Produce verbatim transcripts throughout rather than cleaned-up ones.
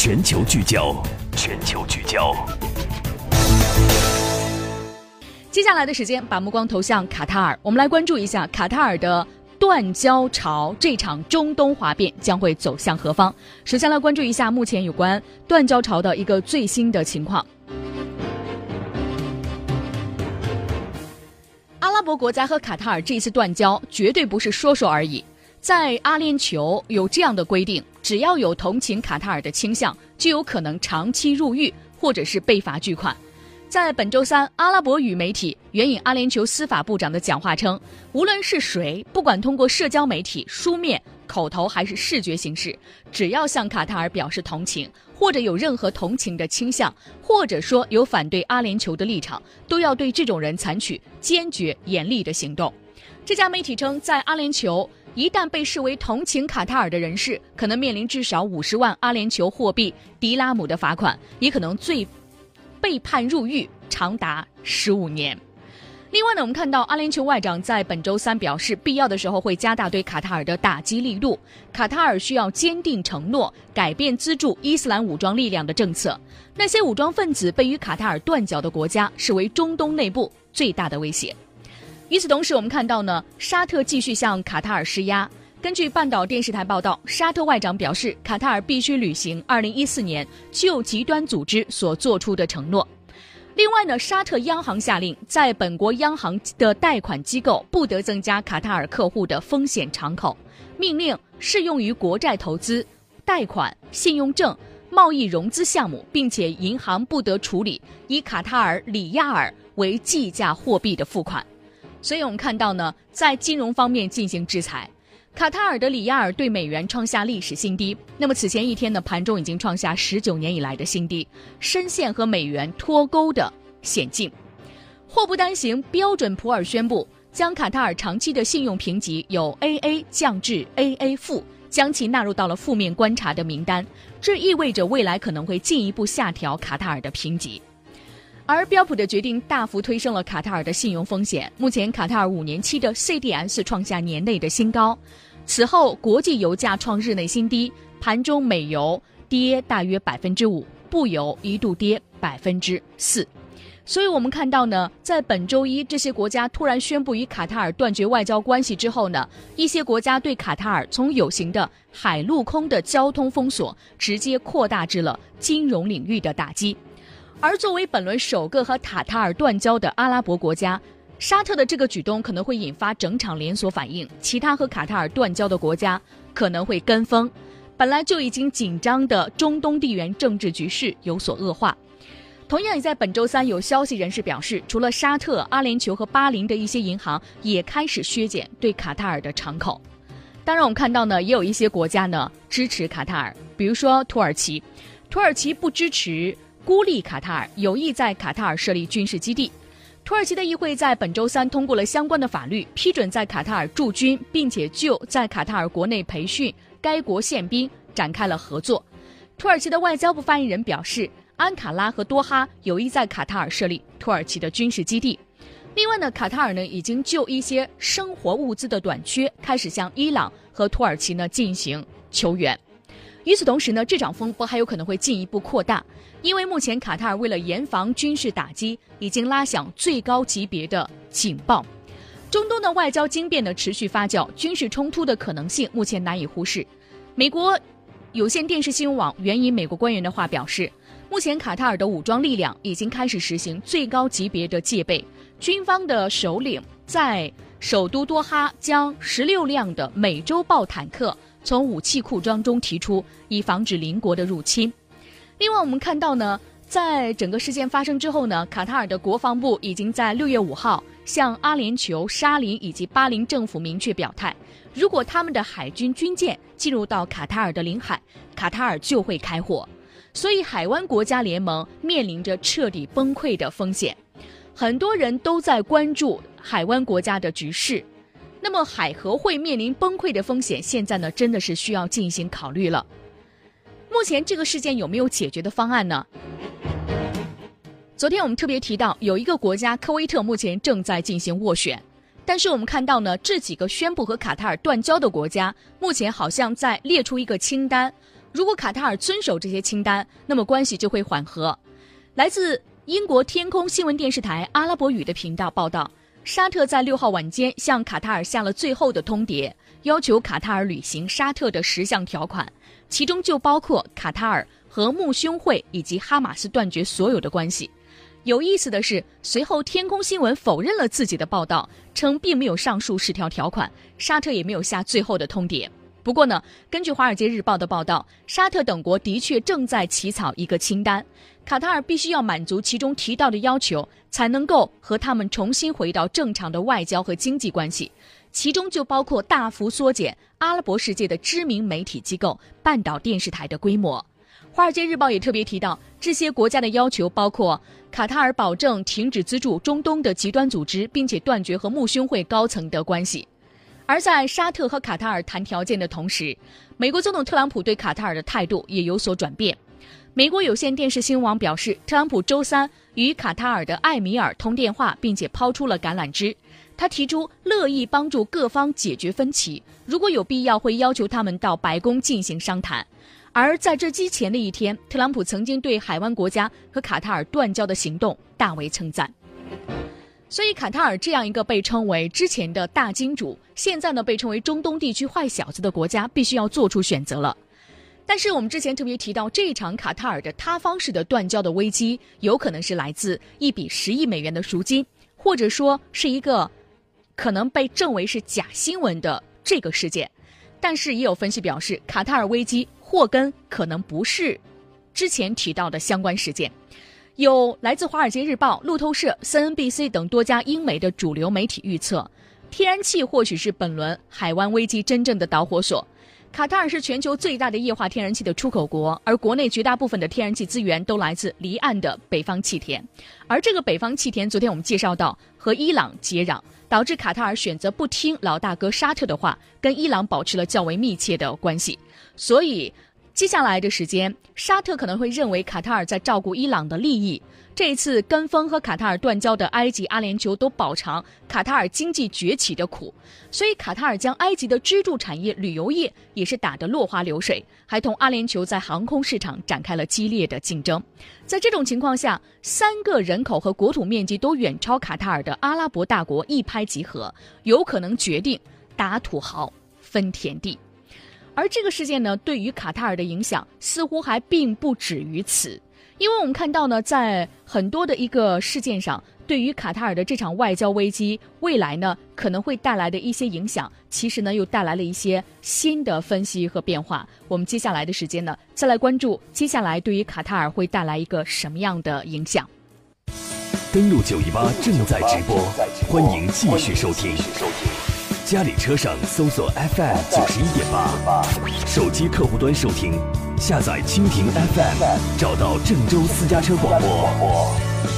全球聚焦，全球聚焦。 接下来的时间，把目光投向卡塔尔，我们来关注一下卡塔尔的断交潮，这场中东哗变将会走向何方？首先来关注一下目前有关断交潮的一个最新的情况。阿拉伯国家和卡塔尔这一次断交绝对不是说说而已。在阿联酋有这样的规定，只要有同情卡塔尔的倾向，就有可能长期入狱或者是被罚巨款。在本周三，阿拉伯语媒体援引阿联酋司法部长的讲话称，无论是谁，不管通过社交媒体、书面、口头还是视觉形式，只要向卡塔尔表示同情，或者有任何同情的倾向，或者说有反对阿联酋的立场，都要对这种人采取坚决严厉的行动。这家媒体称，在阿联酋，一旦被视为同情卡塔尔的人士，可能面临至少五十万阿联酋货币迪拉姆的罚款，也可能最被判入狱长达十五年。另外呢，我们看到阿联酋外长在本周三表示，必要的时候会加大对卡塔尔的打击力度。卡塔尔需要坚定承诺，改变资助伊斯兰武装力量的政策。那些武装分子被与卡塔尔断交的国家视为中东内部最大的威胁。与此同时，我们看到呢，沙特继续向卡塔尔施压。根据半岛电视台报道，沙特外长表示，卡塔尔必须履行二零一四年就极端组织所做出的承诺。另外呢，沙特央行下令，在本国央行的贷款机构不得增加卡塔尔客户的风险敞口，命令适用于国债投资、贷款、信用证、贸易融资项目，并且银行不得处理以卡塔尔里亚尔为计价货币的付款。所以我们看到呢，在金融方面进行制裁。卡塔尔的里亚尔对美元创下历史新低，那么此前一天呢，盘中已经创下十九年以来的新低，深陷和美元脱钩的险境。祸不单行，标准普尔宣布将卡塔尔长期的信用评级由 A A 降至 A A 负，将其纳入到了负面观察的名单，这意味着未来可能会进一步下调卡塔尔的评级。而标普的决定大幅推升了卡塔尔的信用风险，目前卡塔尔五年期的 C D S 创下年内的新高。此后，国际油价创日内新低，盘中美油跌大约百分之五，布油一度跌百分之四。所以我们看到呢，在本周一这些国家突然宣布与卡塔尔断绝外交关系之后呢，一些国家对卡塔尔从有形的海陆空的交通封锁，直接扩大至了金融领域的打击。而作为本轮首个和卡塔尔断交的阿拉伯国家，沙特的这个举动可能会引发整场连锁反应，其他和卡塔尔断交的国家可能会跟风。本来就已经紧张的中东地缘政治局势有所恶化。同样也在本周三，有消息人士表示，除了沙特、阿联酋和巴林的一些银行也开始削减对卡塔尔的敞口。当然我们看到呢，也有一些国家呢支持卡塔尔，比如说土耳其。土耳其不支持孤立卡塔尔，有意在卡塔尔设立军事基地。土耳其的议会在本周三通过了相关的法律，批准在卡塔尔驻军，并且就在卡塔尔国内培训该国宪兵展开了合作。土耳其的外交部发言人表示，安卡拉和多哈有意在卡塔尔设立土耳其的军事基地。另外呢，卡塔尔呢已经就一些生活物资的短缺，开始向伊朗和土耳其呢进行求援。与此同时呢，这场风波还有可能会进一步扩大，因为目前卡塔尔为了严防军事打击，已经拉响最高级别的警报。中东的外交惊变的持续发酵，军事冲突的可能性目前难以忽视。美国有线电视新闻网援引美国官员的话表示，目前卡塔尔的武装力量已经开始实行最高级别的戒备，军方的首领在首都多哈将十六辆的美洲豹坦克从武器库当中提出，以防止邻国的入侵。另外我们看到呢，在整个事件发生之后呢，卡塔尔的国防部已经在六月五号向阿联酋、沙林以及巴林政府明确表态，如果他们的海军军舰进入到卡塔尔的领海，卡塔尔就会开火。所以海湾国家联盟面临着彻底崩溃的风险。很多人都在关注海湾国家的局势，那么海合会面临崩溃的风险，现在呢真的是需要进行考虑了。目前这个事件有没有解决的方案呢？昨天我们特别提到，有一个国家科威特目前正在进行斡旋，但是我们看到呢，这几个宣布和卡塔尔断交的国家，目前好像在列出一个清单， 如果卡塔尔遵守这些清单，那么关系就会缓和。来自英国天空新闻电视台阿拉伯语的频道报道，沙特在六号晚间向卡塔尔下了最后的通牒，要求卡塔尔履行沙特的十项条款，其中就包括卡塔尔和穆兄会以及哈马斯断绝所有的关系。有意思的是，随后天空新闻否认了自己的报道，称并没有上述十条条款，沙特也没有下最后的通牒。不过呢，根据《华尔街日报》的报道，沙特等国的确正在起草一个清单，卡塔尔必须要满足其中提到的要求，才能够和他们重新回到正常的外交和经济关系，其中就包括大幅缩减阿拉伯世界的知名媒体机构半岛电视台的规模。《华尔街日报》也特别提到，这些国家的要求包括卡塔尔保证停止资助中东的极端组织，并且断绝和穆兄会高层的关系。而在沙特和卡塔尔谈条件的同时，美国总统特朗普对卡塔尔的态度也有所转变。美国有线电视新闻网表示，特朗普周三与卡塔尔的艾米尔通电话，并且抛出了橄榄枝。他提出乐意帮助各方解决分歧，如果有必要会要求他们到白宫进行商谈。而在这之前的一天，特朗普曾经对海湾国家和卡塔尔断交的行动大为称赞。所以卡塔尔这样一个被称为之前的大金主，现在呢被称为中东地区坏小子的国家，必须要做出选择了。但是我们之前特别提到，这一场卡塔尔的塌方式的断交的危机，有可能是来自一笔十亿美元的赎金，或者说是一个可能被证为是假新闻的这个事件。但是也有分析表示，卡塔尔危机祸根可能不是之前提到的相关事件。有来自《华尔街日报》、路透社、C N B C 等多家英美的主流媒体预测，天然气或许是本轮海湾危机真正的导火索。卡塔尔是全球最大的液化天然气的出口国，而国内绝大部分的天然气资源都来自离岸的北方气田。而这个北方气田，昨天我们介绍到和伊朗接壤，导致卡塔尔选择不听老大哥沙特的话，跟伊朗保持了较为密切的关系。所以接下来的时间，沙特可能会认为卡塔尔在照顾伊朗的利益。这一次跟风和卡塔尔断交的埃及、阿联酋都饱尝卡塔尔经济崛起的苦，所以卡塔尔将埃及的支柱产业旅游业也是打得落花流水，还同阿联酋在航空市场展开了激烈的竞争。在这种情况下，三个人口和国土面积都远超卡塔尔的阿拉伯大国一拍即合，有可能决定打土豪分田地。而这个事件呢，对于卡塔尔的影响似乎还并不止于此。因为我们看到呢，在很多的一个事件上，对于卡塔尔的这场外交危机，未来呢可能会带来的一些影响，其实呢又带来了一些新的分析和变化。我们接下来的时间呢，再来关注接下来对于卡塔尔会带来一个什么样的影响。 登录九一八正在直播，欢迎继续收听。家里车上搜索 F M 九十一点八，手机客户端收听，下载蜻蜓 F M， 找到郑州私家车广播。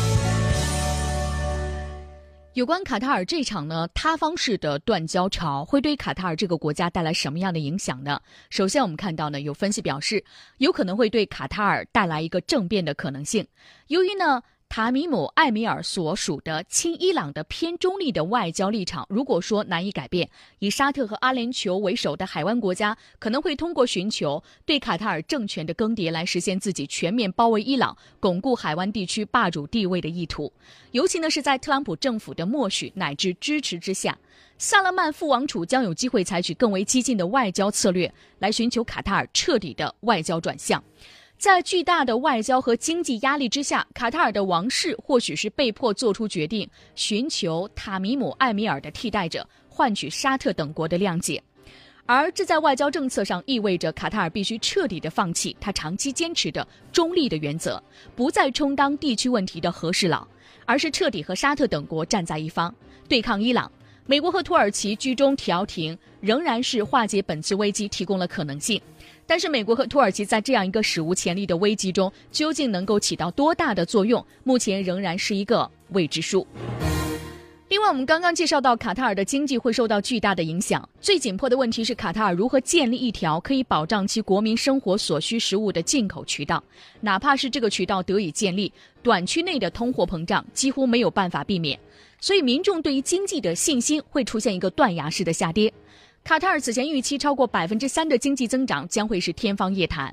有关卡塔尔这场呢塌方式的断交潮，会对卡塔尔这个国家带来什么样的影响呢？首先我们看到呢，有分析表示，有可能会对卡塔尔带来一个政变的可能性。由于呢塔米姆·艾米尔所属的亲伊朗的偏中立的外交立场，如果说难以改变，以沙特和阿联酋为首的海湾国家可能会通过寻求对卡塔尔政权的更迭来实现自己全面包围伊朗、巩固海湾地区霸主地位的意图。尤其呢是在特朗普政府的默许乃至支持之下，萨勒曼副王储将有机会采取更为激进的外交策略，来寻求卡塔尔彻底的外交转向。在巨大的外交和经济压力之下，卡塔尔的王室或许是被迫做出决定，寻求塔米姆·艾米尔的替代者，换取沙特等国的谅解。而这在外交政策上意味着卡塔尔必须彻底的放弃他长期坚持的中立的原则，不再充当地区问题的和事佬，而是彻底和沙特等国站在一方，对抗伊朗。美国和土耳其居中调停，仍然是化解本次危机提供了可能性。但是美国和土耳其在这样一个史无前例的危机中，究竟能够起到多大的作用，目前仍然是一个未知数。另外，我们刚刚介绍到卡塔尔的经济会受到巨大的影响，最紧迫的问题是卡塔尔如何建立一条可以保障其国民生活所需食物的进口渠道。哪怕是这个渠道得以建立，短期内的通货膨胀几乎没有办法避免，所以民众对于经济的信心会出现一个断崖式的下跌。卡塔尔此前预期超过百分之三的经济增长将会是天方夜谭。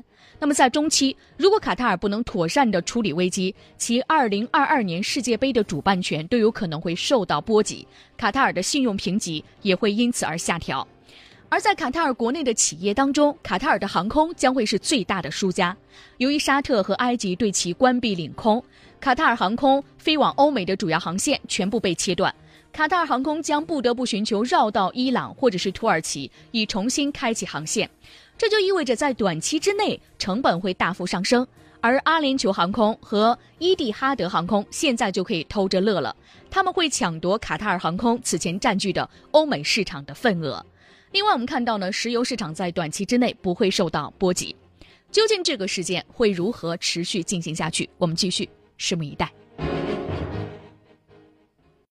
那么在中期，如果卡塔尔不能妥善地处理危机，其二零二二年世界杯的主办权都有可能会受到波及，卡塔尔的信用评级也会因此而下调。而在卡塔尔国内的企业当中，卡塔尔的航空将会是最大的输家。由于沙特和埃及对其关闭领空，卡塔尔航空飞往欧美的主要航线全部被切断，卡塔尔航空将不得不寻求绕道伊朗或者是土耳其，以重新开启航线。这就意味着在短期之内成本会大幅上升，而阿联酋航空和伊蒂哈德航空现在就可以偷着乐了，他们会抢夺卡塔尔航空此前占据的欧美市场的份额。另外我们看到呢，石油市场在短期之内不会受到波及。究竟这个事件会如何持续进行下去，我们继续拭目以待。